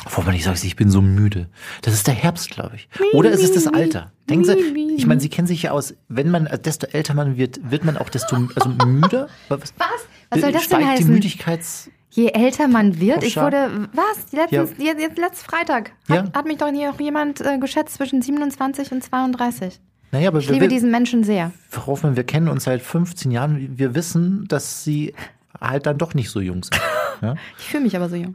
Obwohl man nicht sagt, ich bin so müde. Das ist der Herbst, glaube ich. Oder ist es das Alter? Denken Sie, ich meine, Sie kennen sich ja aus, wenn man, desto älter man wird man auch desto müder? Was soll das denn heißen? Die Müdigkeits... Je älter man wird, Pauschal. ich wurde, letzten Freitag hat mich doch hier auch jemand geschätzt zwischen 27 und 32. Naja, aber ich liebe diesen Menschen sehr. Frau Hoffmann, wir kennen uns seit 15 Jahren. Wir wissen, dass Sie halt dann doch nicht so jung sind. Ja? Ich fühle mich aber so jung.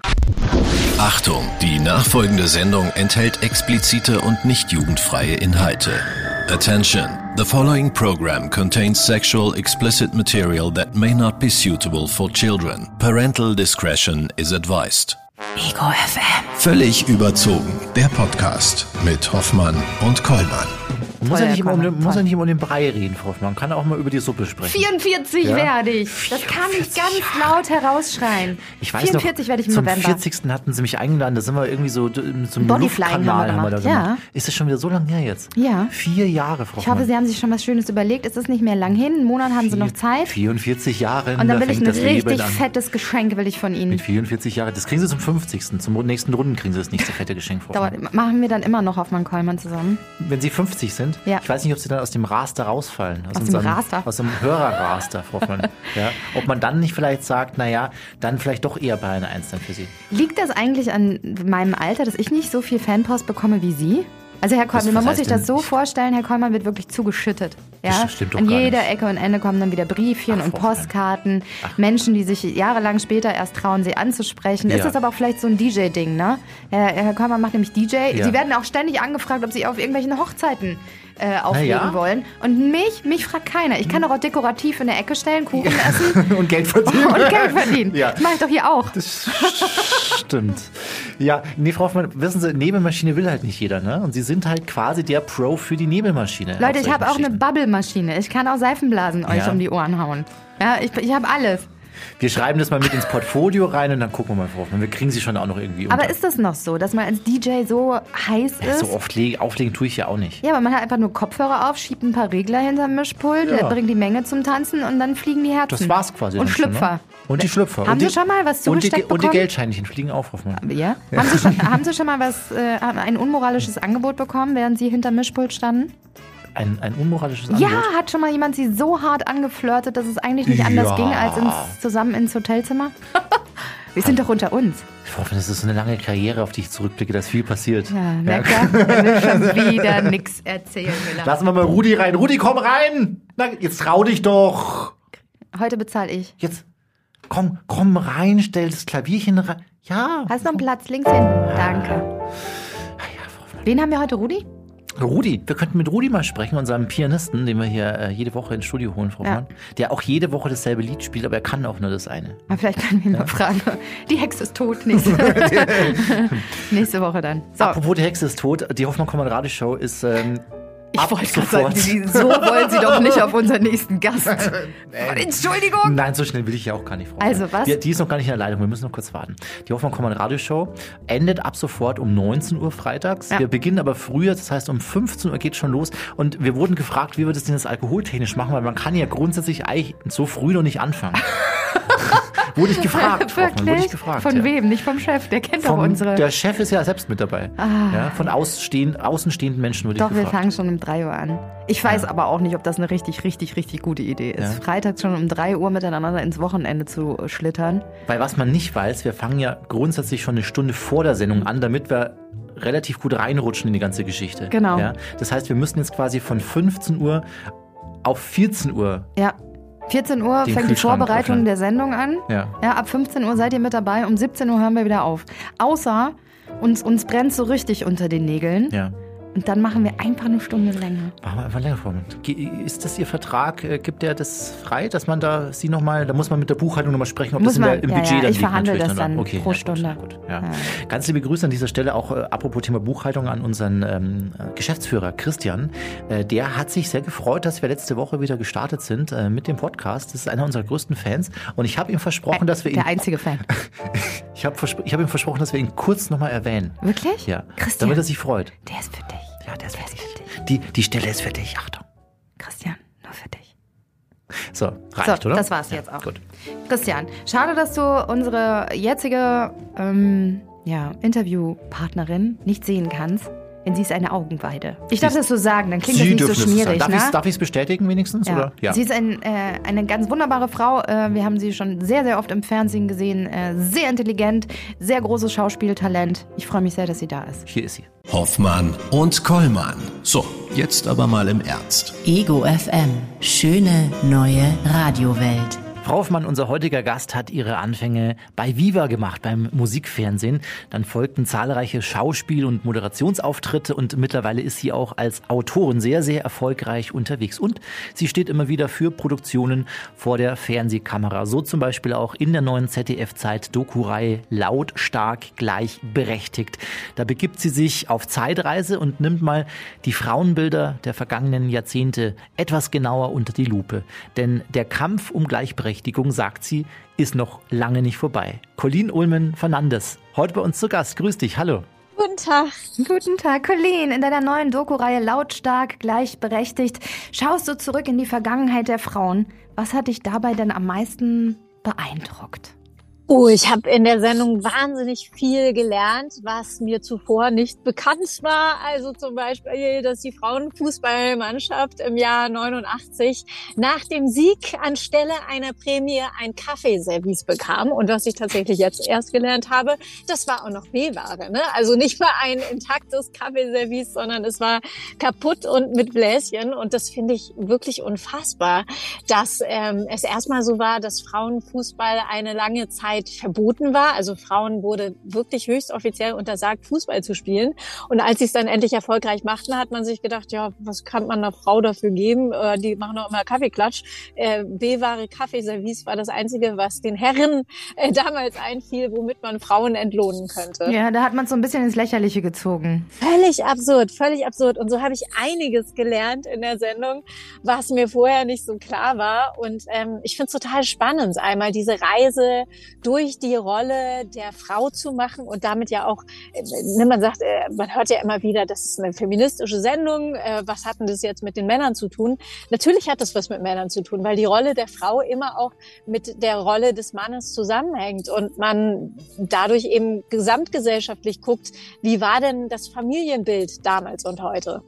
Achtung, die nachfolgende Sendung enthält explizite und nicht jugendfreie Inhalte. Attention, the following program contains sexual explicit material that may not be suitable for children. Parental discretion is advised. Ego FM. Völlig überzogen, der Podcast mit Hoffmann und Kollmann. Muss ja nicht immer um den Brei reden, Frau Hoffmann. Man kann auch mal über die Suppe sprechen. 44 werde ich. Das kann ich ganz laut herausschreien. Ich weiß 44 werde ich im November. Zum 40. hatten sie mich eingeladen. Da sind wir irgendwie so zum Bodyflying Luftkanal haben wir da gemacht. gemacht. Ist das schon wieder so lange her jetzt? Ja. 4 Jahre, Frau Hoffmann. Ich hoffe, Sie haben sich schon was Schönes überlegt. Es ist nicht mehr lang hin. Einen Monat haben Sie noch Zeit. 44 Jahre. Und dann will ich ein richtig fettes Geschenk will ich von Ihnen. Mit 44 Jahren. Das kriegen Sie zum 50. Zum nächsten Runden kriegen Sie das nächste fette Geschenk, Frau Hoffmann. Machen wir dann immer noch Hoffmann Kollmann zusammen? Wenn Sie 50 sind? Ja. Ich weiß nicht, ob Sie dann aus dem Raster rausfallen. Aus dem Raster? Aus dem Hörerraster, Frau Hoffmann. Ja. Ob man dann nicht vielleicht sagt, naja, dann vielleicht doch eher bei einer 1 dann für Sie. Liegt das eigentlich an meinem Alter, dass ich nicht so viel Fanpost bekomme wie Sie? Also Herr Kollmann, man muss sich das so vorstellen, Herr Kollmann wird wirklich zugeschüttet. Ja? Das stimmt doch an gar jeder nicht. Ecke und Ende kommen dann wieder Briefchen und Postkarten. Menschen, die sich jahrelang später erst trauen, sie anzusprechen. Ja. Ist das aber auch vielleicht so ein DJ-Ding, ne? Herr Kollmann macht nämlich DJ. Ja. Sie werden auch ständig angefragt, ob sie auf irgendwelchen Hochzeiten auflegen wollen. Und mich fragt keiner. Ich kann doch auch dekorativ in der Ecke stellen, Kuchen essen. Und Geld verdienen. Ja. Das mache ich doch hier auch. Das stimmt. Ja, nee, Frau Hoffmann, wissen Sie, Nebelmaschine will halt nicht jeder, ne? Und Sie sind halt quasi der Pro für die Nebelmaschine. Leute, ich habe auch eine Bubble-Maschine. Ich kann auch Seifenblasen euch um die Ohren hauen. Ja, ich habe alles. Wir schreiben das mal mit ins Portfolio rein und dann gucken wir mal, Frau Hoffmann. Wir kriegen Sie schon auch noch irgendwie unter. Aber ist das noch so, dass man als DJ so heiß ist? So oft auflegen tue ich ja auch nicht. Ja, aber man hat einfach nur Kopfhörer auf, schiebt ein paar Regler hinterm Mischpult, bringt die Menge zum Tanzen und dann fliegen die Herzen. Das war's quasi. Und dann schon, Schlüpfer. Ne? Und die Schlüpfer. Haben Sie schon mal was zugesteckt bekommen? Und die Geldscheinchen fliegen auf, Hoffmann. Ja? Haben Sie schon mal ein unmoralisches Angebot bekommen, während Sie hinterm Mischpult standen? Ein unmoralisches Angebot? Ja, hat schon mal jemand Sie so hart angeflirtet, dass es eigentlich nicht anders ging, als zusammen ins Hotelzimmer? Wir sind doch unter uns. Ich hoffe, das ist so eine lange Karriere, auf die ich zurückblicke, dass viel passiert. Ja, merkt ihr? Er will schon wieder nichts erzählen. Lassen wir mal Rudi rein. Rudi, komm rein! Na, jetzt trau dich doch! Heute bezahle ich. Jetzt, komm rein, stell das Klavierchen rein. Ja. Hast du noch einen Platz links hin? Danke. Wen haben wir heute, Rudi? Rudi, wir könnten mit Rudi mal sprechen, unserem Pianisten, den wir hier jede Woche ins Studio holen, Frau Hoffmann. Der auch jede Woche dasselbe Lied spielt, aber er kann auch nur das eine. Aber vielleicht können wir ihn mal fragen. Die Hexe ist tot. Nächste Woche dann. So. Apropos, die Hexe ist tot. Die Hoffmann-Kommand-Radio-Show ist ich wollte gerade sagen, so wollen Sie doch nicht auf unseren nächsten Gast. Entschuldigung. Nein, so schnell will ich ja auch gar nicht, Frau Hoffmann. Also, was? Die ist noch gar nicht in der Leitung, wir müssen noch kurz warten. Die Hoffmann-Kommand-Radio-Show endet ab sofort um 19 Uhr freitags. Ja. Wir beginnen aber früher, das heißt um 15 Uhr geht schon los. Und wir wurden gefragt, wie wir das denn jetzt alkoholtechnisch machen, weil man kann ja grundsätzlich eigentlich so früh noch nicht anfangen. Wurde ich gefragt. Von wem? Nicht vom Chef, der kennt doch unsere... Der Chef ist ja selbst mit dabei. Ja, von außenstehenden Menschen wurde ich gefragt. Doch, wir fangen schon um 3 Uhr an. Ich weiß aber auch nicht, ob das eine richtig gute Idee ist. Ja. Freitags schon um 3 Uhr miteinander ins Wochenende zu schlittern. Weil was man nicht weiß, wir fangen ja grundsätzlich schon eine Stunde vor der Sendung an, damit wir relativ gut reinrutschen in die ganze Geschichte. Genau. Ja? Das heißt, wir müssen jetzt quasi von 15 Uhr auf 14 Uhr... Ja. 14 Uhr fängt die Vorbereitung der Sendung an. Ja, ab 15 Uhr seid ihr mit dabei. Um 17 Uhr hören wir wieder auf. Außer uns brennt so richtig unter den Nägeln. Ja. Und dann machen wir einfach eine Stunde länger. Machen wir einfach länger, Frau Hoffmann. Ist das Ihr Vertrag? Gibt der das frei, dass man da Sie nochmal, da muss man mit der Buchhaltung nochmal sprechen, ob das im Budget dann liegt? Ich verhandle das dann pro Stunde. Gut. Ja. Ganz liebe Grüße an dieser Stelle auch, apropos Thema Buchhaltung, an unseren Geschäftsführer Christian. Der hat sich sehr gefreut, dass wir letzte Woche wieder gestartet sind mit dem Podcast. Das ist einer unserer größten Fans. Und ich habe ihm versprochen, dass wir ihn... Der einzige Fan. Ich habe ihm versprochen, dass wir ihn kurz nochmal erwähnen. Wirklich? Ja. Christian. Damit er sich freut. Der ist für dich. Ja, der ist für dich. Die Stelle ist für dich. Achtung. Christian, nur für dich. So, reicht, oder? Das war's jetzt auch. Gut. Christian, schade, dass du unsere jetzige Interviewpartnerin nicht sehen kannst, denn sie ist eine Augenweide. Ich darf das so sagen, dann klingt das nicht so schmierig. Darf ich es bestätigen wenigstens? Ja. Oder? Ja. Sie ist eine ganz wunderbare Frau. Wir haben sie schon sehr, sehr oft im Fernsehen gesehen. Sehr intelligent, sehr großes Schauspieltalent. Ich freue mich sehr, dass sie da ist. Hier ist sie. Hoffmann und Kollmann. So, jetzt aber mal im Ernst. Ego FM. Schöne neue Radiowelt. Frau Hoffmann, unser heutiger Gast, hat ihre Anfänge bei Viva gemacht, beim Musikfernsehen. Dann folgten zahlreiche Schauspiel- und Moderationsauftritte und mittlerweile ist sie auch als Autorin sehr, sehr erfolgreich unterwegs. Und sie steht immer wieder für Produktionen vor der Fernsehkamera. So zum Beispiel auch in der neuen ZDF-Zeit-Doku-Reihe Lautstark gleichberechtigt. Da begibt sie sich auf Zeitreise und nimmt mal die Frauenbilder der vergangenen Jahrzehnte etwas genauer unter die Lupe. Denn der Kampf um Gleichberechtigung, sagt sie, ist noch lange nicht vorbei. Colleen Uhlmann-Fernandes, heute bei uns zu Gast. Grüß dich, hallo. Guten Tag. Guten Tag, Colleen. In deiner neuen Doku-Reihe Lautstark gleichberechtigt schaust du zurück in die Vergangenheit der Frauen. Was hat dich dabei denn am meisten beeindruckt? Oh, ich habe in der Sendung wahnsinnig viel gelernt, was mir zuvor nicht bekannt war. Also zum Beispiel, dass die Frauenfußballmannschaft im Jahr 89 nach dem Sieg anstelle einer Prämie ein Kaffeeservice bekam. Und was ich tatsächlich jetzt erst gelernt habe, das war auch noch B-Ware, ne? Also nicht mal ein intaktes Kaffeeservice, sondern es war kaputt und mit Bläschen. Und das finde ich wirklich unfassbar, dass es erstmal so war, dass Frauenfußball eine lange Zeit verboten war. Also Frauen wurde wirklich höchst offiziell untersagt, Fußball zu spielen. Und als sie es dann endlich erfolgreich machten, hat man sich gedacht, ja, was kann man einer Frau dafür geben? Die machen doch immer Kaffeeklatsch. B-Ware Kaffeeservice war das Einzige, was den Herren damals einfiel, womit man Frauen entlohnen könnte. Ja, da hat man es so ein bisschen ins Lächerliche gezogen. Völlig absurd, völlig absurd. Und so habe ich einiges gelernt in der Sendung, was mir vorher nicht so klar war. Und ich finde es total spannend, einmal diese Reise durch die Rolle der Frau zu machen und damit ja auch, man sagt, man hört ja immer wieder, das ist eine feministische Sendung, was hat denn das jetzt mit den Männern zu tun? Natürlich hat das was mit Männern zu tun, weil die Rolle der Frau immer auch mit der Rolle des Mannes zusammenhängt und man dadurch eben gesamtgesellschaftlich guckt, wie war denn das Familienbild damals und heute?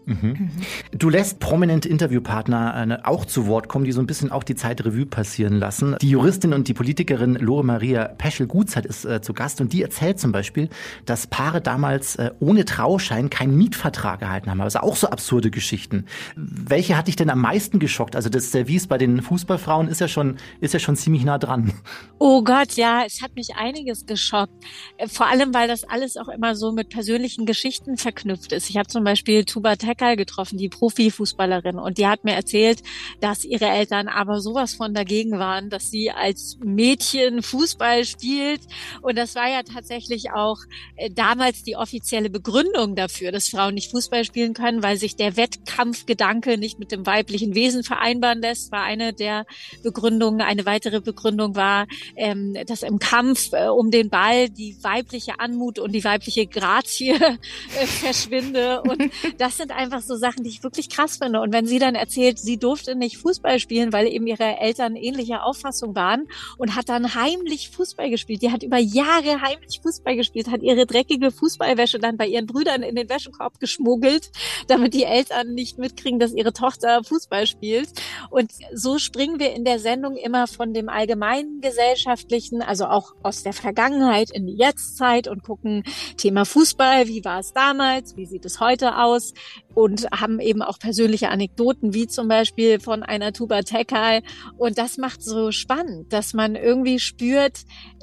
Du lässt prominente Interviewpartner auch zu Wort kommen, die so ein bisschen auch die Zeit Revue passieren lassen. Die Juristin und die Politikerin Lore Maria Peschel-Gutzeit ist zu Gast und die erzählt zum Beispiel, dass Paare damals ohne Trauschein keinen Mietvertrag erhalten haben. Also auch so absurde Geschichten. Welche hat dich denn am meisten geschockt? Also das Service bei den Fußballfrauen ist ja schon ziemlich nah dran. Oh Gott, ja, es hat mich einiges geschockt. Vor allem, weil das alles auch immer so mit persönlichen Geschichten verknüpft ist. Ich habe zum Beispiel Tuba Tekal getroffen, die Profifußballerin, und die hat mir erzählt, dass ihre Eltern aber sowas von dagegen waren, dass sie als Mädchen Fußball spielt. Und das war ja tatsächlich auch damals die offizielle Begründung dafür, dass Frauen nicht Fußball spielen können, weil sich der Wettkampfgedanke nicht mit dem weiblichen Wesen vereinbaren lässt, war eine der Begründungen. Eine weitere Begründung war, dass im Kampf um den Ball die weibliche Anmut und die weibliche Grazie verschwinde. Und das sind einfach so Sachen, die ich wirklich krass finde. Und wenn sie dann erzählt, sie durfte nicht Fußball spielen, weil eben ihre Eltern ähnlicher Auffassung waren und hat dann heimlich Fußball gespielt. Die hat über Jahre heimlich Fußball gespielt, hat ihre dreckige Fußballwäsche dann bei ihren Brüdern in den Wäschekorb geschmuggelt, damit die Eltern nicht mitkriegen, dass ihre Tochter Fußball spielt. Und so springen wir in der Sendung immer von dem allgemeinen gesellschaftlichen, also auch aus der Vergangenheit in die Jetztzeit und gucken Thema Fußball, wie war es damals, wie sieht es heute aus, und haben eben auch persönliche Anekdoten, wie zum Beispiel von einer Tuba Tekal. Und das macht so spannend, dass man irgendwie spürt,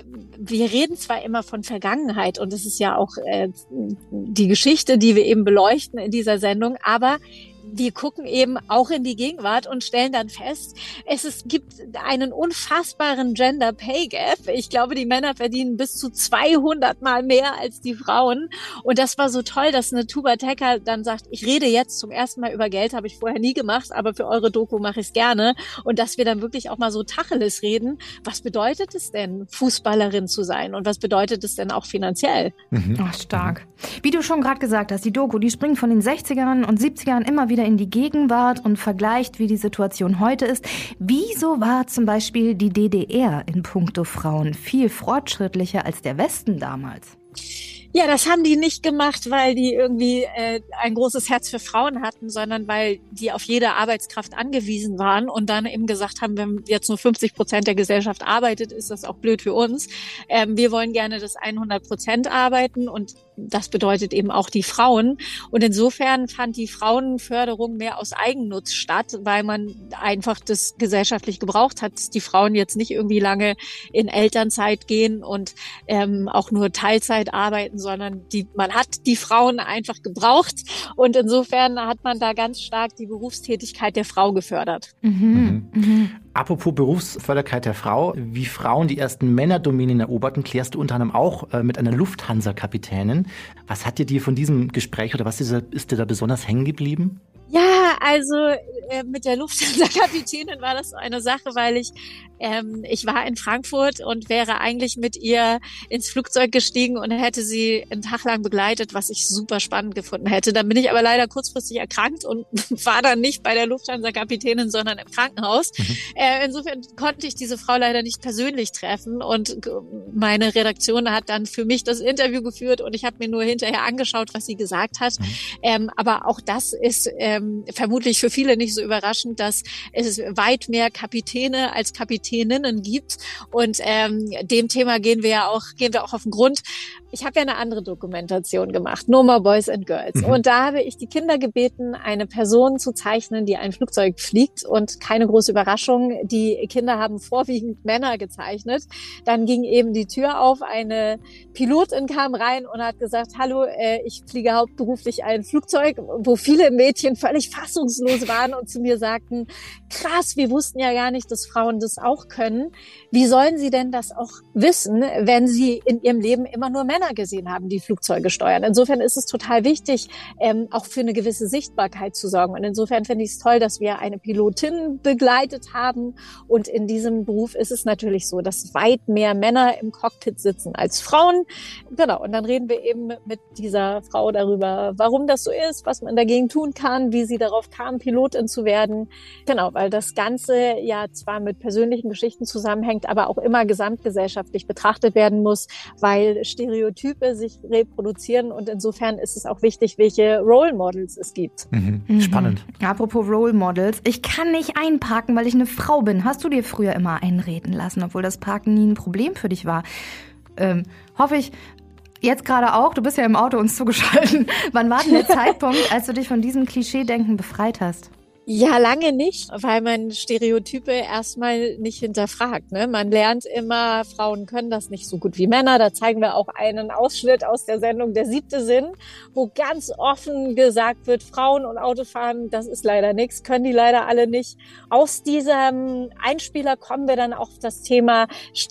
wir reden zwar immer von Vergangenheit und es ist ja auch die Geschichte, die wir eben beleuchten in dieser Sendung, aber wir gucken eben auch in die Gegenwart und stellen dann fest, es gibt einen unfassbaren Gender Pay Gap. Ich glaube, die Männer verdienen bis zu 200 Mal mehr als die Frauen. Und das war so toll, dass eine Tuba Tekal dann sagt, ich rede jetzt zum ersten Mal über Geld, habe ich vorher nie gemacht, aber für eure Doku mache ich es gerne. Und dass wir dann wirklich auch mal so Tacheles reden. Was bedeutet es denn, Fußballerin zu sein? Und was bedeutet es denn auch finanziell? Ach, stark. Wie du schon gerade gesagt hast, die Doku, die springt von den 60ern und 70ern immer wieder in die Gegenwart und vergleicht, wie die Situation heute ist. Wieso war zum Beispiel die DDR in puncto Frauen viel fortschrittlicher als der Westen damals? Ja, das haben die nicht gemacht, weil die irgendwie ein großes Herz für Frauen hatten, sondern weil die auf jede Arbeitskraft angewiesen waren und dann eben gesagt haben, wenn jetzt nur 50% der Gesellschaft arbeitet, ist das auch blöd für uns. Wir wollen gerne, dass 100% arbeiten und das bedeutet eben auch die Frauen. Und insofern fand die Frauenförderung mehr aus Eigennutz statt, weil man einfach das gesellschaftlich gebraucht hat, dass die Frauen jetzt nicht irgendwie lange in Elternzeit gehen und auch nur Teilzeit arbeiten, sondern man hat die Frauen einfach gebraucht. Und insofern hat man da ganz stark die Berufstätigkeit der Frau gefördert. Apropos Berufsförderkeit der Frau, wie Frauen die ersten Männerdomänen eroberten, klärst du unter anderem auch mit einer Lufthansa-Kapitänin. Was hat dir von diesem Gespräch oder was ist dir da besonders hängen geblieben? Ja, also mit der Lufthansa-Kapitänin war das so eine Sache, weil ich war in Frankfurt und wäre eigentlich mit ihr ins Flugzeug gestiegen und hätte sie einen Tag lang begleitet, was ich super spannend gefunden hätte. Dann bin ich aber leider kurzfristig erkrankt und war dann nicht bei der Lufthansa-Kapitänin, sondern im Krankenhaus. Insofern konnte ich diese Frau leider nicht persönlich treffen und meine Redaktion hat dann für mich das Interview geführt und ich habe mir nur hinterher angeschaut, was sie gesagt hat. Aber auch das ist vermutlich für viele nicht so überraschend, dass es weit mehr Kapitäne als Kapitäninnen gibt. Und dem Thema gehen wir auch auf den Grund. Ich habe ja eine andere Dokumentation gemacht, No More Boys and Girls. Und da habe ich die Kinder gebeten, eine Person zu zeichnen, die ein Flugzeug fliegt. Und keine große Überraschung, die Kinder haben vorwiegend Männer gezeichnet. Dann ging eben die Tür auf, eine Pilotin kam rein und hat gesagt, hallo, ich fliege hauptberuflich ein Flugzeug, wo viele Mädchen völlig fassungslos waren und zu mir sagten, krass, wir wussten ja gar nicht, dass Frauen das auch können. Wie sollen sie denn das auch wissen, wenn sie in ihrem Leben immer nur Männer gesehen haben, die Flugzeuge steuern? Insofern ist es total wichtig, auch für eine gewisse Sichtbarkeit zu sorgen. Und insofern finde ich es toll, dass wir eine Pilotin begleitet haben. Und in diesem Beruf ist es natürlich so, dass weit mehr Männer im Cockpit sitzen als Frauen. Genau. Und dann reden wir eben mit dieser Frau darüber, warum das so ist, was man dagegen tun kann, wie sie darauf kam, Pilotin zu werden. Genau, weil das Ganze ja zwar mit persönlichen Geschichten zusammenhängt, aber auch immer gesamtgesellschaftlich betrachtet werden muss, weil Stereotype sich reproduzieren und insofern ist es auch wichtig, welche Role Models es gibt. Spannend. Apropos Role Models, ich kann nicht einparken, weil ich eine Frau bin. Hast du dir früher immer einreden lassen, obwohl das Parken nie ein Problem für dich war? Hoffe ich. Jetzt gerade auch, du bist ja im Auto uns zugeschaltet. Wann war denn der Zeitpunkt, als du dich von diesem Klischee-Denken befreit hast? Ja, lange nicht, weil man Stereotype erstmal nicht hinterfragt. Ne? Man lernt immer, Frauen können das nicht so gut wie Männer. Da zeigen wir auch einen Ausschnitt aus der Sendung Der 7. Sinn, wo ganz offen gesagt wird, Frauen und Autofahren, das ist leider nichts, können die leider alle nicht. Aus diesem Einspieler kommen wir dann auch auf das Thema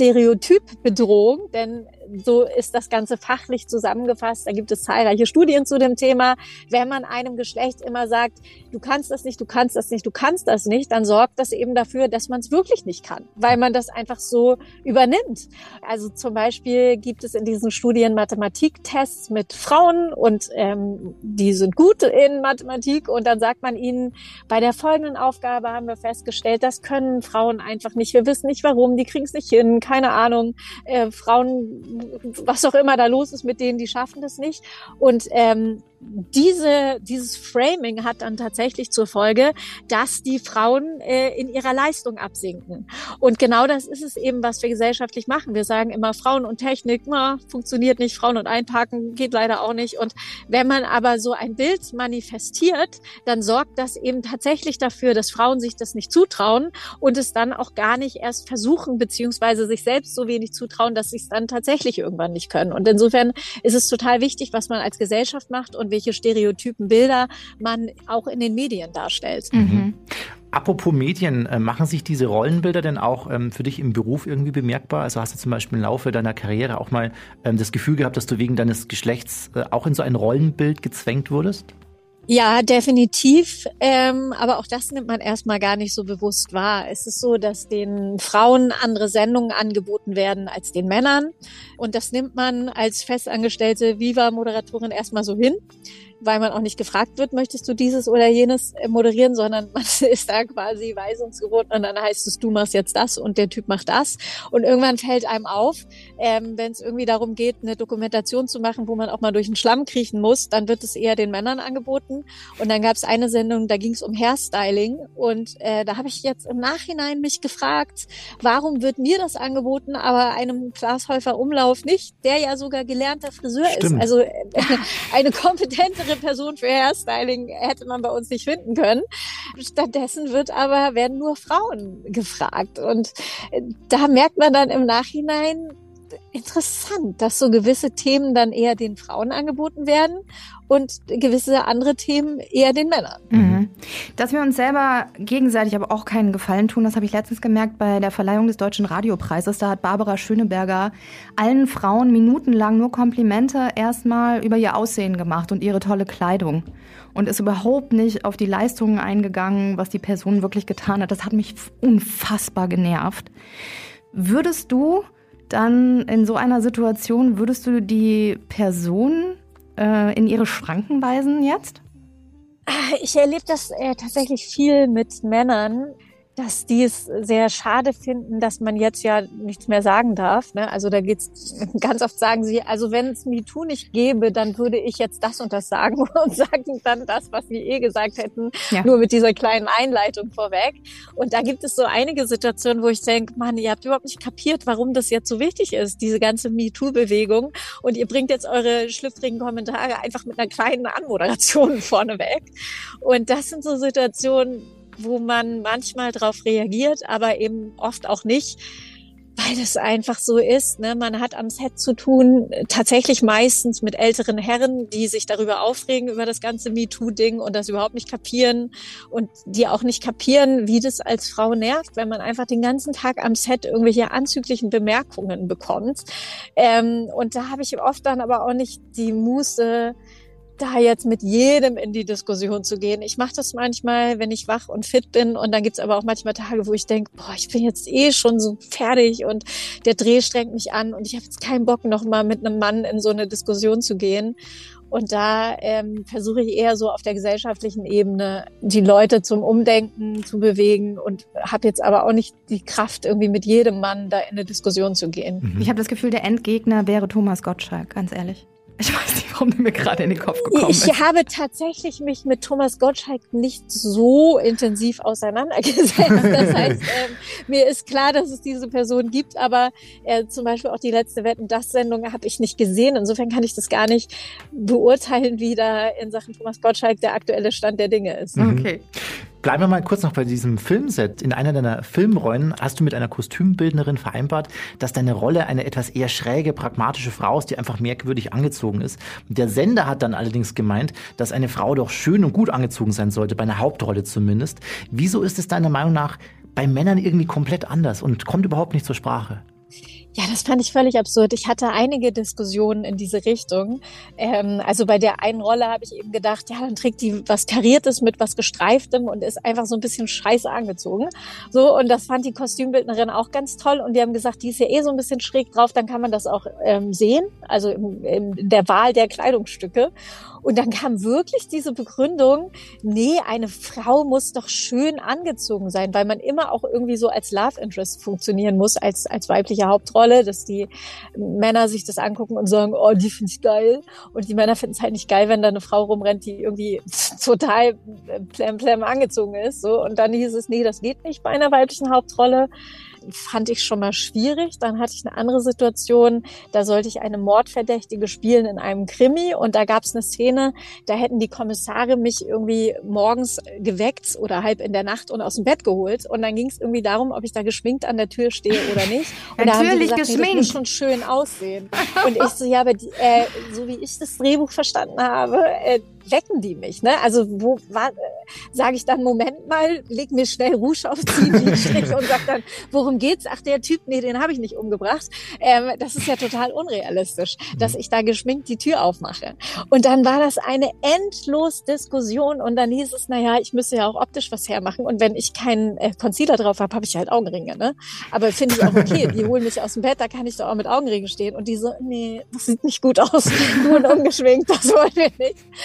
Stereotypbedrohung, denn so ist das Ganze fachlich zusammengefasst. Da gibt es zahlreiche Studien zu dem Thema. Wenn man einem Geschlecht immer sagt, du kannst das nicht, du kannst das nicht, du kannst das nicht, dann sorgt das eben dafür, dass man es wirklich nicht kann, weil man das einfach so übernimmt. Also zum Beispiel gibt es in diesen Studien Mathematiktests mit Frauen und die sind gut in Mathematik und dann sagt man ihnen, bei der folgenden Aufgabe haben wir festgestellt, das können Frauen einfach nicht. Wir wissen nicht warum, die kriegen es nicht hin, keine Ahnung. Frauen, was auch immer da los ist mit denen, die schaffen das nicht. Und dieses Framing hat dann tatsächlich zur Folge, dass die Frauen in ihrer Leistung absinken. Und genau das ist es eben, was wir gesellschaftlich machen. Wir sagen immer, Frauen und Technik, funktioniert nicht, Frauen und Einparken geht leider auch nicht. Und wenn man aber so ein Bild manifestiert, dann sorgt das eben tatsächlich dafür, dass Frauen sich das nicht zutrauen und es dann auch gar nicht erst versuchen, beziehungsweise sich selbst so wenig zutrauen, dass sie es dann tatsächlich irgendwann nicht können. Und insofern ist es total wichtig, was man als Gesellschaft macht und welche Stereotypen Bilder man auch in den Medien darstellt. Apropos Medien, machen sich diese Rollenbilder denn auch für dich im Beruf irgendwie bemerkbar? Also hast du zum Beispiel im Laufe deiner Karriere auch mal das Gefühl gehabt, dass du wegen deines Geschlechts auch in so ein Rollenbild gezwängt wurdest? Ja, definitiv. Aber auch das nimmt man erstmal gar nicht so bewusst wahr. Es ist so, dass den Frauen andere Sendungen angeboten werden als den Männern. Und das nimmt man als festangestellte Viva-Moderatorin erstmal so hin. weil man auch nicht gefragt wird, möchtest du dieses oder jenes moderieren, sondern man ist da quasi weisungsgewohnt und dann heißt es, du machst jetzt das und der Typ macht das. Und irgendwann fällt einem auf, wenn es irgendwie darum geht, eine Dokumentation zu machen, wo man auch mal durch den Schlamm kriechen muss, dann wird es eher den Männern angeboten. Und dann gab es eine Sendung, da ging es um Hairstyling und da habe ich jetzt im Nachhinein mich gefragt, warum wird mir das angeboten, aber einem Klaas Häufer Umlauf nicht, der ja sogar gelernter Friseur ist. Also eine kompetentere Person für Hairstyling hätte man bei uns nicht finden können. Stattdessen werden nur Frauen gefragt. Und da merkt man dann im Nachhinein, interessant, dass so gewisse Themen dann eher den Frauen angeboten werden und gewisse andere Themen eher den Männern. Mhm. Dass wir uns selber gegenseitig aber auch keinen Gefallen tun, das habe ich letztens gemerkt bei der Verleihung des Deutschen Radiopreises. Da hat Barbara Schöneberger allen Frauen minutenlang nur Komplimente erstmal über ihr Aussehen gemacht und ihre tolle Kleidung und ist überhaupt nicht auf die Leistungen eingegangen, was die Person wirklich getan hat. Das hat mich unfassbar genervt. Würdest du dann in so einer Situation, die Person in ihre Schranken weisen jetzt? Ich erlebe das tatsächlich viel mit Männern, dass die es sehr schade finden, dass man jetzt ja nichts mehr sagen darf. Ne? Also da geht's ganz oft, sagen sie, also wenn es MeToo nicht gäbe, dann würde ich jetzt das und das sagen und sagen dann das, was sie gesagt hätten, nur mit dieser kleinen Einleitung vorweg. Und da gibt es so einige Situationen, wo ich denke, Mann, ihr habt überhaupt nicht kapiert, warum das jetzt so wichtig ist, diese ganze MeToo-Bewegung. Und ihr bringt jetzt eure schlüpfrigen Kommentare einfach mit einer kleinen Anmoderation vorneweg. Und das sind so Situationen, wo man manchmal drauf reagiert, aber eben oft auch nicht, weil das einfach so ist. Ne? Man hat am Set zu tun, tatsächlich meistens mit älteren Herren, die sich darüber aufregen, über das ganze MeToo-Ding und das überhaupt nicht kapieren und die auch nicht kapieren, wie das als Frau nervt, wenn man einfach den ganzen Tag am Set irgendwelche anzüglichen Bemerkungen bekommt. Und da habe ich oft dann aber auch nicht die Muße, da jetzt mit jedem in die Diskussion zu gehen. Ich mache das manchmal, wenn ich wach und fit bin und dann gibt's aber auch manchmal Tage, wo ich denke, ich bin jetzt schon so fertig und der Dreh strengt mich an und ich habe jetzt keinen Bock, noch mal mit einem Mann in so eine Diskussion zu gehen. Und da versuche ich eher so auf der gesellschaftlichen Ebene die Leute zum Umdenken zu bewegen und habe jetzt aber auch nicht die Kraft, irgendwie mit jedem Mann da in eine Diskussion zu gehen. Ich habe das Gefühl, der Endgegner wäre Thomas Gottschalk, ganz ehrlich. Ich weiß nicht, warum der mir gerade in den Kopf gekommen ist. Ich habe tatsächlich mich mit Thomas Gottschalk nicht so intensiv auseinandergesetzt. Das heißt, mir ist klar, dass es diese Person gibt, aber zum Beispiel auch die letzte Wetten, das Sendung habe ich nicht gesehen. Insofern kann ich das gar nicht beurteilen, wie da in Sachen Thomas Gottschalk der aktuelle Stand der Dinge ist. Okay. Bleiben wir mal kurz noch bei diesem Filmset. In einer deiner Filmrollen hast du mit einer Kostümbildnerin vereinbart, dass deine Rolle eine etwas eher schräge, pragmatische Frau ist, die einfach merkwürdig angezogen ist. Und der Sender hat dann allerdings gemeint, dass eine Frau doch schön und gut angezogen sein sollte, bei einer Hauptrolle zumindest. Wieso ist es deiner Meinung nach bei Männern irgendwie komplett anders und kommt überhaupt nicht zur Sprache? Ja, das fand ich völlig absurd. Ich hatte einige Diskussionen in diese Richtung. Also bei der einen Rolle habe ich eben gedacht, ja, dann trägt die was Kariertes mit was Gestreiftem und ist einfach so ein bisschen scheiße angezogen. So, und das fand die Kostümbildnerin auch ganz toll. Und die haben gesagt, die ist ja so ein bisschen schräg drauf, dann kann man das auch sehen, also in der Wahl der Kleidungsstücke. Und dann kam wirklich diese Begründung, nee, eine Frau muss doch schön angezogen sein, weil man immer auch irgendwie so als Love Interest funktionieren muss, als weibliche Hauptrolle, dass die Männer sich das angucken und sagen, oh, die finde ich geil. Und die Männer finden es halt nicht geil, wenn da eine Frau rumrennt, die irgendwie total plem angezogen ist. So. Und dann hieß es, nee, das geht nicht bei einer weiblichen Hauptrolle. Fand ich schon mal schwierig. Dann hatte ich eine andere Situation, da sollte ich eine Mordverdächtige spielen in einem Krimi und da gab es eine Szene, da hätten die Kommissare mich irgendwie morgens geweckt oder halb in der Nacht und aus dem Bett geholt und dann ging es irgendwie darum, ob ich da geschminkt an der Tür stehe oder nicht. Und da haben sie gesagt, nee, das muss schon schön aussehen. Und ich so, ja, aber so wie ich das Drehbuch verstanden habe, wecken die mich, ne? Also sage ich dann, Moment mal, leg mir schnell Rouge aufs Ziehstrich und sag dann, worum geht's? Ach, der Typ, nee, den habe ich nicht umgebracht. Das ist ja total unrealistisch, dass ich da geschminkt die Tür aufmache. Und dann war das eine endlos Diskussion und dann hieß es, naja, ich müsste ja auch optisch was hermachen und wenn ich keinen Concealer drauf habe, habe ich halt Augenringe, ne? Aber finde ich auch okay, die holen mich aus dem Bett, da kann ich doch auch mit Augenringen stehen und die so, nee, das sieht nicht gut aus, nur ungeschminkt, das wollen wir nicht.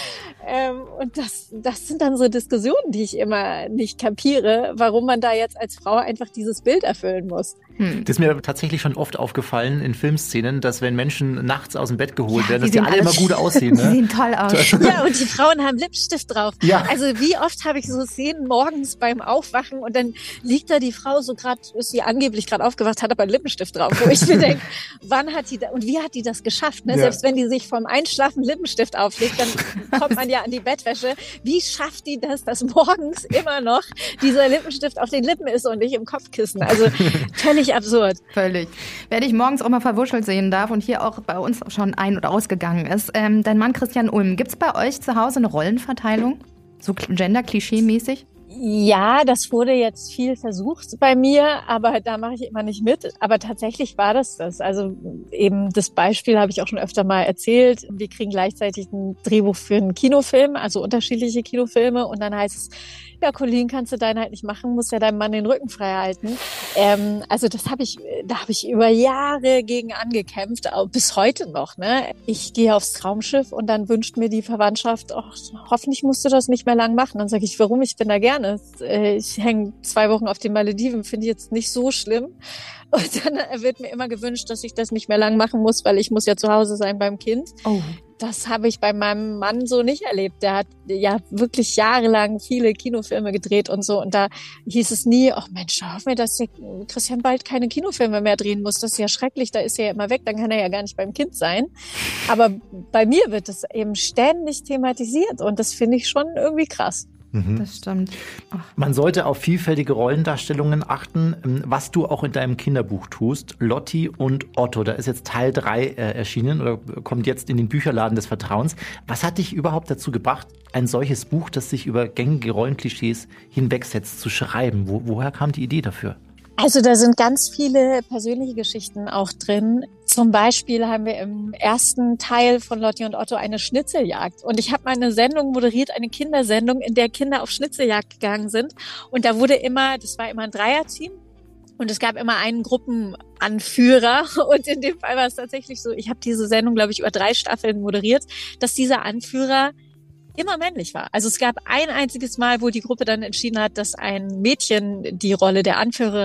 Und das sind dann so Diskussionen, die ich immer nicht kapiere, warum man da jetzt als Frau einfach dieses Bild erfüllen muss. Das ist mir tatsächlich schon oft aufgefallen in Filmszenen, dass wenn Menschen nachts aus dem Bett geholt werden, dass die alle immer gut aussehen. Ne? Die sehen toll aus. Ja, und die Frauen haben Lippenstift drauf. Ja. Also wie oft habe ich so Szenen morgens beim Aufwachen und dann liegt da die Frau so gerade, ist sie angeblich gerade aufgewacht, hat aber einen Lippenstift drauf. Wo ich mir denke, wann hat die da, und wie hat die das geschafft? Ne? Ja. Selbst wenn die sich vom Einschlafen Lippenstift auflegt, dann kommt man ja an die Bettwäsche. Wie schafft die das, dass morgens immer noch dieser Lippenstift auf den Lippen ist und nicht im Kopfkissen? Also völlig absurd. Völlig. Wer dich morgens auch mal verwuschelt sehen darf und hier auch bei uns schon ein- und ausgegangen ist, dein Mann Christian Ulm. Gibt's bei euch zu Hause eine Rollenverteilung? So Gender-Klischee-mäßig? Ja, das wurde jetzt viel versucht bei mir, aber da mache ich immer nicht mit. Aber tatsächlich war das. Also eben das Beispiel habe ich auch schon öfter mal erzählt. Wir kriegen gleichzeitig ein Drehbuch für einen Kinofilm, also unterschiedliche Kinofilme. Und dann heißt es, ja, Colleen, kannst du deinen halt nicht machen, musst ja deinem Mann den Rücken frei halten. Also da habe ich über Jahre gegen angekämpft, auch bis heute noch. Ne? Ich gehe aufs Traumschiff und dann wünscht mir die Verwandtschaft, hoffentlich musst du das nicht mehr lang machen. Dann sage ich, warum? Ich bin da gerne. Ich hänge 2 Wochen auf den Malediven, finde ich jetzt nicht so schlimm. Und dann wird mir immer gewünscht, dass ich das nicht mehr lang machen muss, weil ich muss ja zu Hause sein beim Kind. Oh. Das habe ich bei meinem Mann so nicht erlebt. Der hat ja wirklich jahrelang viele Kinofilme gedreht und so. Und da hieß es nie, ach Mensch, hoffen wir, dass Christian bald keine Kinofilme mehr drehen muss. Das ist ja schrecklich, da ist er ja immer weg, dann kann er ja gar nicht beim Kind sein. Aber bei mir wird es eben ständig thematisiert und das finde ich schon irgendwie krass. Das stimmt. Ach. Man sollte auf vielfältige Rollendarstellungen achten, was du auch in deinem Kinderbuch tust. Lotti und Otto, da ist jetzt Teil 3 erschienen oder kommt jetzt in den Bücherladen des Vertrauens. Was hat dich überhaupt dazu gebracht, ein solches Buch, das sich über gängige Rollenklischees hinwegsetzt, zu schreiben? Woher kam die Idee dafür? Also da sind ganz viele persönliche Geschichten auch drin. Zum Beispiel haben wir im ersten Teil von Lotti und Otto eine Schnitzeljagd. Und ich habe mal eine Sendung moderiert, eine Kindersendung, in der Kinder auf Schnitzeljagd gegangen sind. Und da wurde das war immer ein Dreierteam. Und es gab immer einen Gruppenanführer. Und in dem Fall war es tatsächlich so, ich habe diese Sendung, glaube ich, über 3 Staffeln moderiert, dass dieser Anführer immer männlich war. Also es gab ein einziges Mal, wo die Gruppe dann entschieden hat, dass ein Mädchen die Rolle der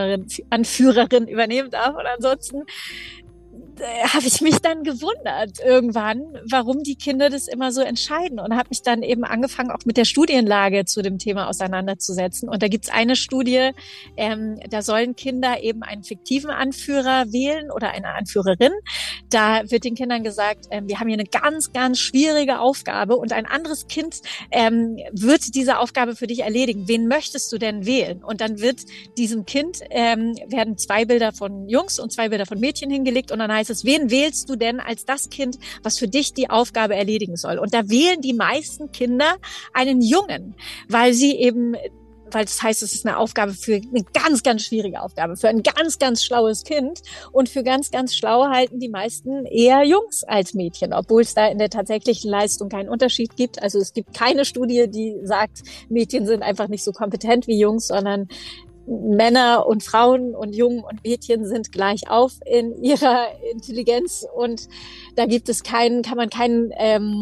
Anführerin übernehmen darf. Und ansonsten habe ich mich dann gewundert irgendwann, warum die Kinder das immer so entscheiden und habe mich dann eben angefangen, auch mit der Studienlage zu dem Thema auseinanderzusetzen. Und da gibt's eine Studie, da sollen Kinder eben einen fiktiven Anführer wählen oder eine Anführerin. Da wird den Kindern gesagt, wir haben hier eine ganz, ganz schwierige Aufgabe und ein anderes Kind wird diese Aufgabe für dich erledigen. Wen möchtest du denn wählen? Und dann wird diesem Kind werden 2 Bilder von Jungs und 2 Bilder von Mädchen hingelegt und dann heißt es, wen wählst du denn als das Kind, was für dich die Aufgabe erledigen soll? Und da wählen die meisten Kinder einen Jungen, weil das heißt, es ist eine Aufgabe für eine ganz, ganz schwierige Aufgabe, für ein ganz, ganz schlaues Kind. Und für ganz, ganz schlau halten die meisten eher Jungs als Mädchen, obwohl es da in der tatsächlichen Leistung keinen Unterschied gibt. Also es gibt keine Studie, die sagt, Mädchen sind einfach nicht so kompetent wie Jungs, sondern Männer und Frauen und Jungen und Mädchen sind gleich auf in ihrer Intelligenz und da kann man keinen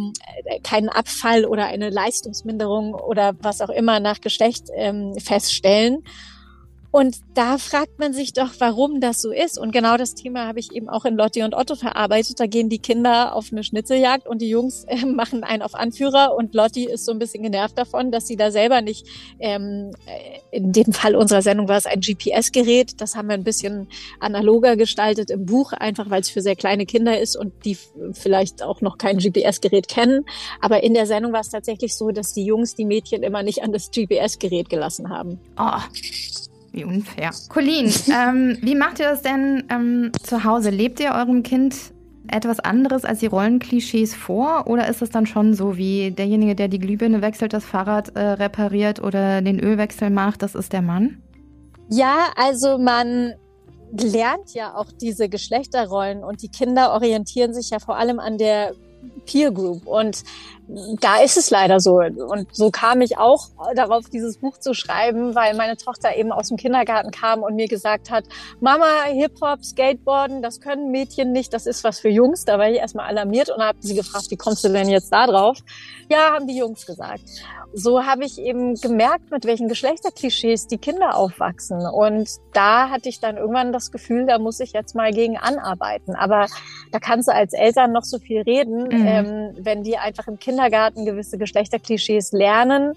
Abfall oder eine Leistungsminderung oder was auch immer nach Geschlecht feststellen. Und da fragt man sich doch, warum das so ist. Und genau das Thema habe ich eben auch in Lotti und Otto verarbeitet. Da gehen die Kinder auf eine Schnitzeljagd und die Jungs machen einen auf Anführer. Und Lotti ist so ein bisschen genervt davon, dass sie da selber nicht, in dem Fall unserer Sendung war es ein GPS-Gerät. Das haben wir ein bisschen analoger gestaltet im Buch, einfach weil es für sehr kleine Kinder ist und die vielleicht auch noch kein GPS-Gerät kennen. Aber in der Sendung war es tatsächlich so, dass die Jungs die Mädchen immer nicht an das GPS-Gerät gelassen haben. Oh. Wie unfair. Colleen, wie macht ihr das denn zu Hause? Lebt ihr eurem Kind etwas anderes als die Rollenklischees vor? Oder ist es dann schon so, wie derjenige, der die Glühbirne wechselt, das Fahrrad repariert oder den Ölwechsel macht, das ist der Mann? Ja, also man lernt ja auch diese Geschlechterrollen und die Kinder orientieren sich ja vor allem an der Peer Group. Und da ist es leider so. Und so kam ich auch darauf, dieses Buch zu schreiben, weil meine Tochter eben aus dem Kindergarten kam und mir gesagt hat, Mama, Hip-Hop, Skateboarden, das können Mädchen nicht, das ist was für Jungs. Da war ich erstmal alarmiert und habe sie gefragt, wie kommst du denn jetzt da drauf? Ja, haben die Jungs gesagt. So habe ich eben gemerkt, mit welchen Geschlechterklischees die Kinder aufwachsen. Und da hatte ich dann irgendwann das Gefühl, da muss ich jetzt mal gegen anarbeiten. Aber da kannst du als Eltern noch so viel reden, wenn die einfach im Kindergarten gewisse Geschlechterklischees lernen.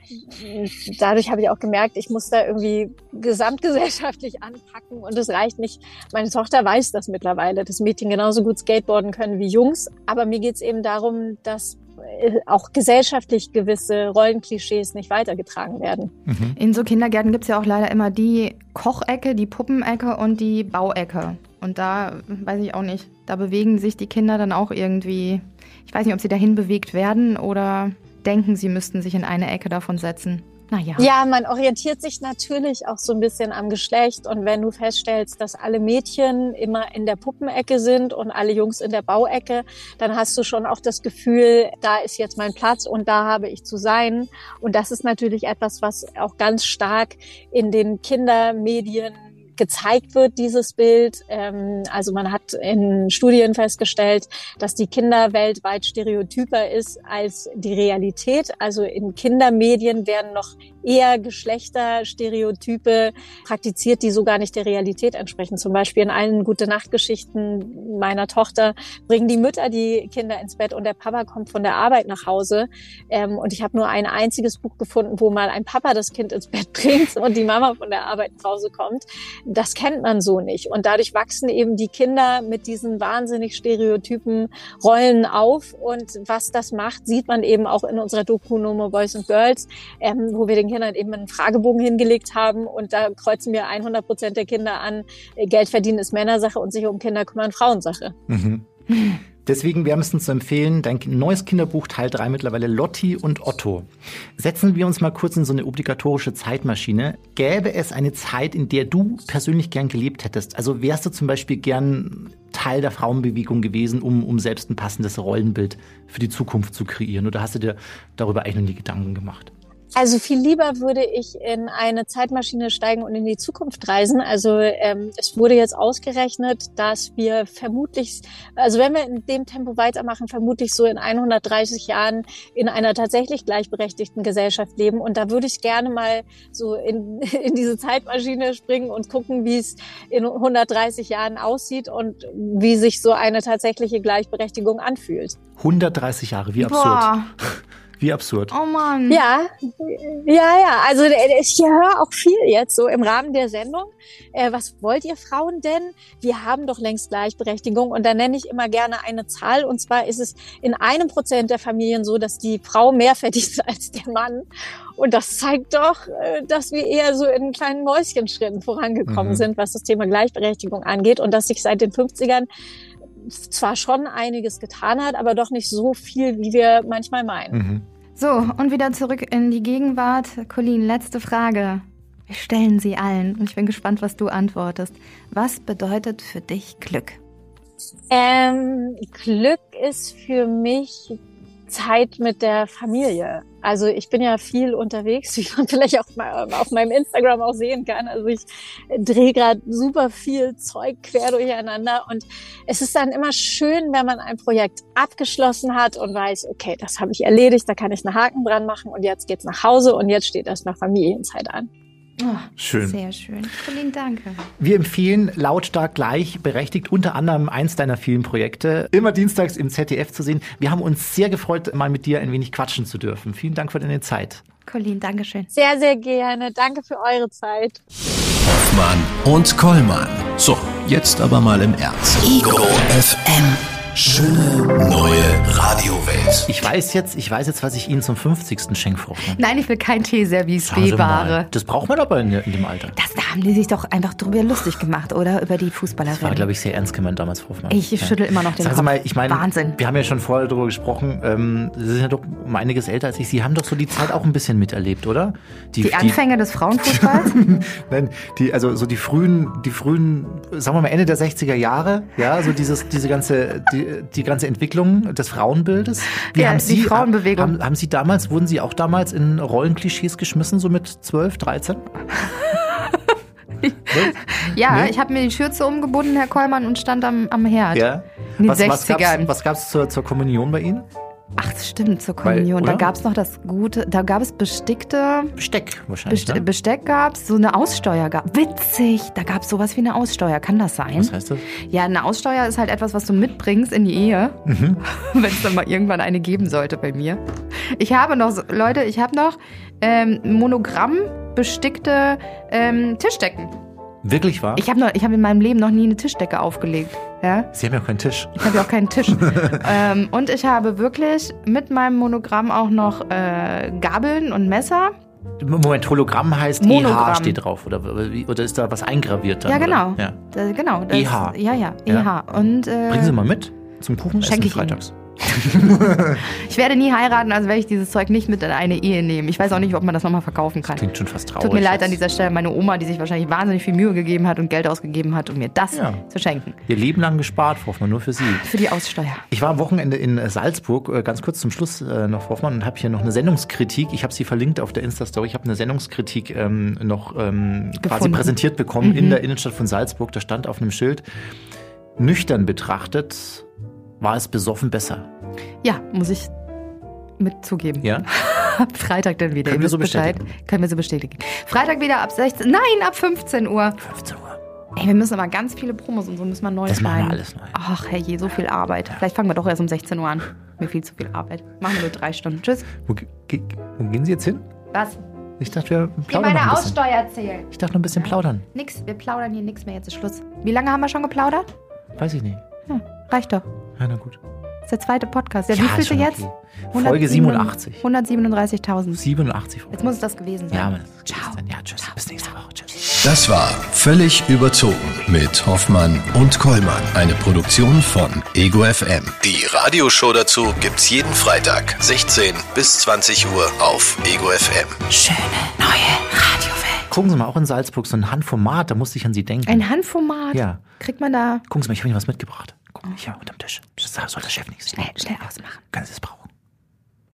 Dadurch habe ich auch gemerkt, ich muss da irgendwie gesamtgesellschaftlich anpacken und es reicht nicht. Meine Tochter weiß das mittlerweile, dass Mädchen genauso gut Skateboarden können wie Jungs. Aber mir geht es eben darum, dass auch gesellschaftlich gewisse Rollenklischees nicht weitergetragen werden. In so Kindergärten gibt es ja auch leider immer die Kochecke, die Puppenecke und die Bauecke. Und da weiß ich auch nicht, da bewegen sich die Kinder dann auch irgendwie, ich weiß nicht, ob sie dahin bewegt werden oder denken, sie müssten sich in eine Ecke davon setzen. Naja. Ja, man orientiert sich natürlich auch so ein bisschen am Geschlecht. Und wenn du feststellst, dass alle Mädchen immer in der Puppenecke sind und alle Jungs in der Bauecke, dann hast du schon auch das Gefühl, da ist jetzt mein Platz und da habe ich zu sein. Und das ist natürlich etwas, was auch ganz stark in den Kindermedien gezeigt wird, dieses Bild. Also man hat in Studien festgestellt, dass die Kinder weltweit stereotyper ist als die Realität. Also in Kindermedien werden noch eher Geschlechterstereotype praktiziert, die so gar nicht der Realität entsprechen. Zum Beispiel in allen Gute-Nacht-Geschichten meiner Tochter bringen die Mütter die Kinder ins Bett und der Papa kommt von der Arbeit nach Hause. Und ich habe nur ein einziges Buch gefunden, wo mal ein Papa das Kind ins Bett bringt und die Mama von der Arbeit nach Hause kommt. Das kennt man so nicht. Und dadurch wachsen eben die Kinder mit diesen wahnsinnig stereotypen Rollen auf. Und was das macht, sieht man eben auch in unserer Doku No More Boys and Girls, wo wir den Kindern eben einen Fragebogen hingelegt haben. Und da kreuzen wir 100% der Kinder an, Geld verdienen ist Männersache und sich um Kinder kümmern Frauensache. Deswegen wärmstens zu empfehlen, dein neues Kinderbuch Teil 3 mittlerweile Lotti und Otto. Setzen wir uns mal kurz in so eine obligatorische Zeitmaschine. Gäbe es eine Zeit, in der du persönlich gern gelebt hättest? Also wärst du zum Beispiel gern Teil der Frauenbewegung gewesen, um selbst ein passendes Rollenbild für die Zukunft zu kreieren? Oder hast du dir darüber eigentlich noch nie Gedanken gemacht? Also viel lieber würde ich in eine Zeitmaschine steigen und in die Zukunft reisen. Also es wurde jetzt ausgerechnet, dass wir vermutlich, also wenn wir in dem Tempo weitermachen, vermutlich so in 130 Jahren in einer tatsächlich gleichberechtigten Gesellschaft leben. Und da würde ich gerne mal so in diese Zeitmaschine springen und gucken, wie es in 130 Jahren aussieht und wie sich so eine tatsächliche Gleichberechtigung anfühlt. 130 Jahre, wie absurd. Boah. Wie absurd. Oh Mann. Ja. Also ich höre auch viel jetzt so im Rahmen der Sendung. Was wollt ihr Frauen denn? Wir haben doch längst Gleichberechtigung. Und da nenne ich immer gerne eine Zahl. Und zwar ist es in 1% der Familien so, dass die Frau mehr verdient als der Mann. Und das zeigt doch, dass wir eher so in kleinen Mäuschenschritten vorangekommen sind, was das Thema Gleichberechtigung angeht. Und dass sich seit den 50ern zwar schon einiges getan hat, aber doch nicht so viel, wie wir manchmal meinen. So, und wieder zurück in die Gegenwart. Colleen, letzte Frage. Wir stellen sie allen und ich bin gespannt, was du antwortest. Was bedeutet für dich Glück? Glück ist für mich Zeit mit der Familie. Also ich bin ja viel unterwegs, wie man vielleicht auch mal auf meinem Instagram auch sehen kann. Also ich drehe gerade super viel Zeug quer durcheinander und es ist dann immer schön, wenn man ein Projekt abgeschlossen hat und weiß, okay, das habe ich erledigt, da kann ich einen Haken dran machen und jetzt geht's nach Hause und jetzt steht erst mal Familienzeit an. Oh, schön. Sehr schön. Colleen, danke. Wir empfehlen Lautstark gleichberechtigt, unter anderem eins deiner vielen Projekte, immer dienstags im ZDF zu sehen. Wir haben uns sehr gefreut, mal mit dir ein wenig quatschen zu dürfen. Vielen Dank für deine Zeit. Colleen, danke schön. Sehr, sehr gerne. Danke für eure Zeit. Hoffmann und Kollmann. So, jetzt aber mal im Ernst. Ego FM. Schöne neue Radiowelt. Ich weiß jetzt, was ich Ihnen zum 50. schenke, Frau Hoffmann. Nein, ich will kein Teeservice, B-Ware. Das braucht man aber in dem Alter. Da haben die sich doch einfach drüber lustig gemacht, oder? Über die Fußballerin. Das war, glaube ich, sehr ernst gemeint damals, Frau Hoffmann. Ich schüttel immer noch den Kopf. Sagen Sie mal, ich meine, Wahnsinn. Wir haben ja schon vorher darüber gesprochen, Sie sind ja doch um einiges älter als ich. Sie haben doch so die Zeit auch ein bisschen miterlebt, oder? Die Anfänge des Frauenfußballs? Nein, die frühen, sagen wir mal Ende der 60er Jahre, ja, so diese ganze die ganze Entwicklung des Frauenbildes. Wie Ja, haben die Sie, Frauenbewegung. wurden Sie auch damals in Rollenklischees geschmissen, so mit 12, 13? Ja, Nee? ich habe mir die Schürze umgebunden, Herr Kollmann, und stand am Herd. Ja. In den Was 60ern. gab's zur Kommunion bei Ihnen? Ach, das stimmt, zur Kommunion. oder? Da gab es noch das Gute, da gab es bestickte, Besteck wahrscheinlich, ne? Besteck gab es, so eine Aussteuer gab. Witzig, da gab es sowas wie eine Aussteuer, kann das sein? Was heißt das? Ja, eine Aussteuer ist halt etwas, was du mitbringst in die Ehe, wenn es dann mal irgendwann eine geben sollte bei mir. Ich habe noch, Leute, Monogramm bestickte Tischdecken. Wirklich wahr? Ich habe in meinem Leben noch nie eine Tischdecke aufgelegt. Ja? Sie haben ja auch keinen Tisch. Ich habe ja auch keinen Tisch. Und ich habe wirklich mit meinem Monogramm auch noch Gabeln und Messer. Moment, Hologramm heißt Monogramm. EH steht drauf. Oder ist da was eingraviert dann? Ja, genau. Oder? Ja. Genau. Das, EH. Ja, EH. Und, Bringen Sie mal mit zum Kuchenessen Schenke ich Ihnen. freitags. ich werde nie heiraten, also werde ich dieses Zeug nicht mit in eine Ehe nehmen. Ich weiß auch nicht, ob man das nochmal verkaufen kann. Klingt schon fast traurig. Tut mir leid an jetzt. dieser Stelle, meine Oma, die sich wahrscheinlich wahnsinnig viel Mühe gegeben hat und Geld ausgegeben hat, um mir das Ja. zu schenken. Ihr Leben lang gespart, Frau Hoffmann, nur für Sie. Für die Aussteuer. Ich war am Wochenende in Salzburg, ganz kurz zum Schluss noch, Frau Hoffmann, und habe hier noch eine Sendungskritik. Ich habe sie verlinkt auf der Insta-Story. Ich habe eine Sendungskritik noch quasi präsentiert bekommen in der Innenstadt von Salzburg. Da stand auf einem Schild, nüchtern betrachtet war es besoffen besser. Ja, muss ich mit zugeben. Ja? Freitag dann wieder. Können Ihr wir so wisst Bescheid. bestätigen? Können wir so bestätigen. Freitag wieder ab 16, nein, ab 15 Uhr. 15 Uhr. Ey, wir müssen aber ganz viele Promos und so müssen wir neu Das machen wir schneiden. alles neu. Ach, herrje, so viel Arbeit. Vielleicht fangen wir doch erst um 16 Uhr an. Mir viel zu viel Arbeit. Machen wir nur 3 Stunden. Tschüss. Wo gehen Sie jetzt hin? Was? Ich dachte, wir Dir plaudern noch meine ein bisschen. Aussteuer erzählen. Ich dachte noch ein bisschen plaudern. Nix, wir plaudern hier nichts mehr. Jetzt ist Schluss. Wie lange haben wir schon geplaudert? Weiß ich nicht. Reicht doch. Ja, na gut. Das ist der zweite Podcast. Ja, Ja, wie ist viel schon jetzt? okay. Folge 87. 137.000. 87. Frau. Jetzt muss es das gewesen sein. Ja, Ciao. ja, tschüss. Bis nächste Woche. Tschüss. Das war Völlig überzogen mit Hoffmann und Kollmann. Eine Produktion von Ego FM. Die Radioshow dazu gibt's jeden Freitag, 16 bis 20 Uhr auf Ego FM. Schöne neue Radiowelt. Gucken Sie mal, auch in Salzburg so ein Handformat, da musste ich an Sie denken. Ein Handformat? Ja. Kriegt man da Gucken Sie mal, ich habe Ihnen was mitgebracht. Gucken Sie, hier unterm Tisch. Das soll der Chef nicht sehen. schnell ausmachen? Können Sie es brauchen?